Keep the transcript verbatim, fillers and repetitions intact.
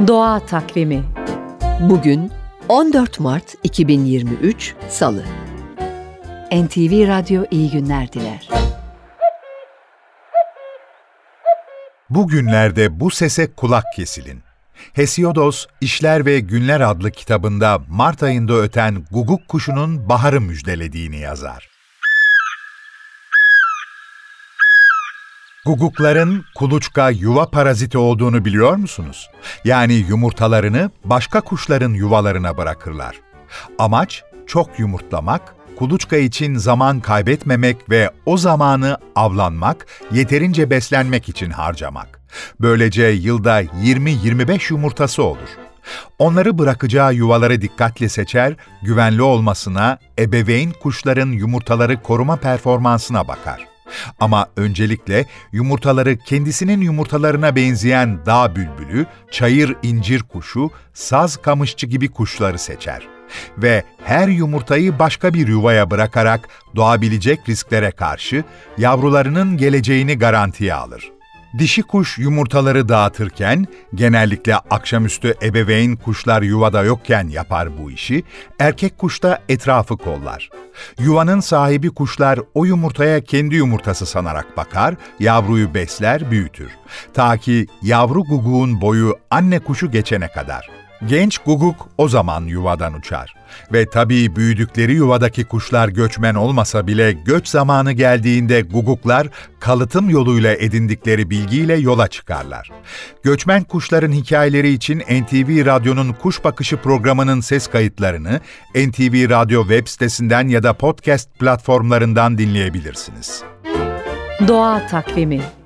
Doğa Takvimi. Bugün on dört Mart iki bin yirmi üç Salı. N T V Radyo iyi günler diler. Bugünlerde bu sese kulak kesilin. Hesiodos, İşler ve Günler adlı kitabında Mart ayında öten guguk kuşunun baharı müjdelediğini yazar. Gugukların kuluçka yuva paraziti olduğunu biliyor musunuz? Yani yumurtalarını başka kuşların yuvalarına bırakırlar. Amaç çok yumurtlamak, kuluçka için zaman kaybetmemek ve o zamanı avlanmak, yeterince beslenmek için harcamak. Böylece yılda yirmi yirmi beş yumurtası olur. Onları bırakacağı yuvaları dikkatle seçer, güvenli olmasına, ebeveyn kuşların yumurtaları koruma performansına bakar. Ama öncelikle yumurtaları kendisinin yumurtalarına benzeyen dağ bülbülü, çayır incir kuşu, saz kamışçı gibi kuşları seçer. Ve her yumurtayı başka bir yuvaya bırakarak doğabilecek risklere karşı yavrularının geleceğini garantiye alır. Dişi kuş yumurtaları dağıtırken, genellikle akşamüstü ebeveyn kuşlar yuvada yokken yapar bu işi, erkek kuş da etrafı kollar. Yuvanın sahibi kuşlar o yumurtaya kendi yumurtası sanarak bakar, yavruyu besler, büyütür. Ta ki yavru guguğun boyu anne kuşu geçene kadar. Genç guguk o zaman yuvadan uçar. Ve tabii büyüdükleri yuvadaki kuşlar göçmen olmasa bile göç zamanı geldiğinde guguklar kalıtım yoluyla edindikleri bilgiyle yola çıkarlar. Göçmen kuşların hikayeleri için N T V Radyo'nun Kuş Bakışı programının ses kayıtlarını N T V Radyo web sitesinden ya da podcast platformlarından dinleyebilirsiniz. Doğa Takvimi.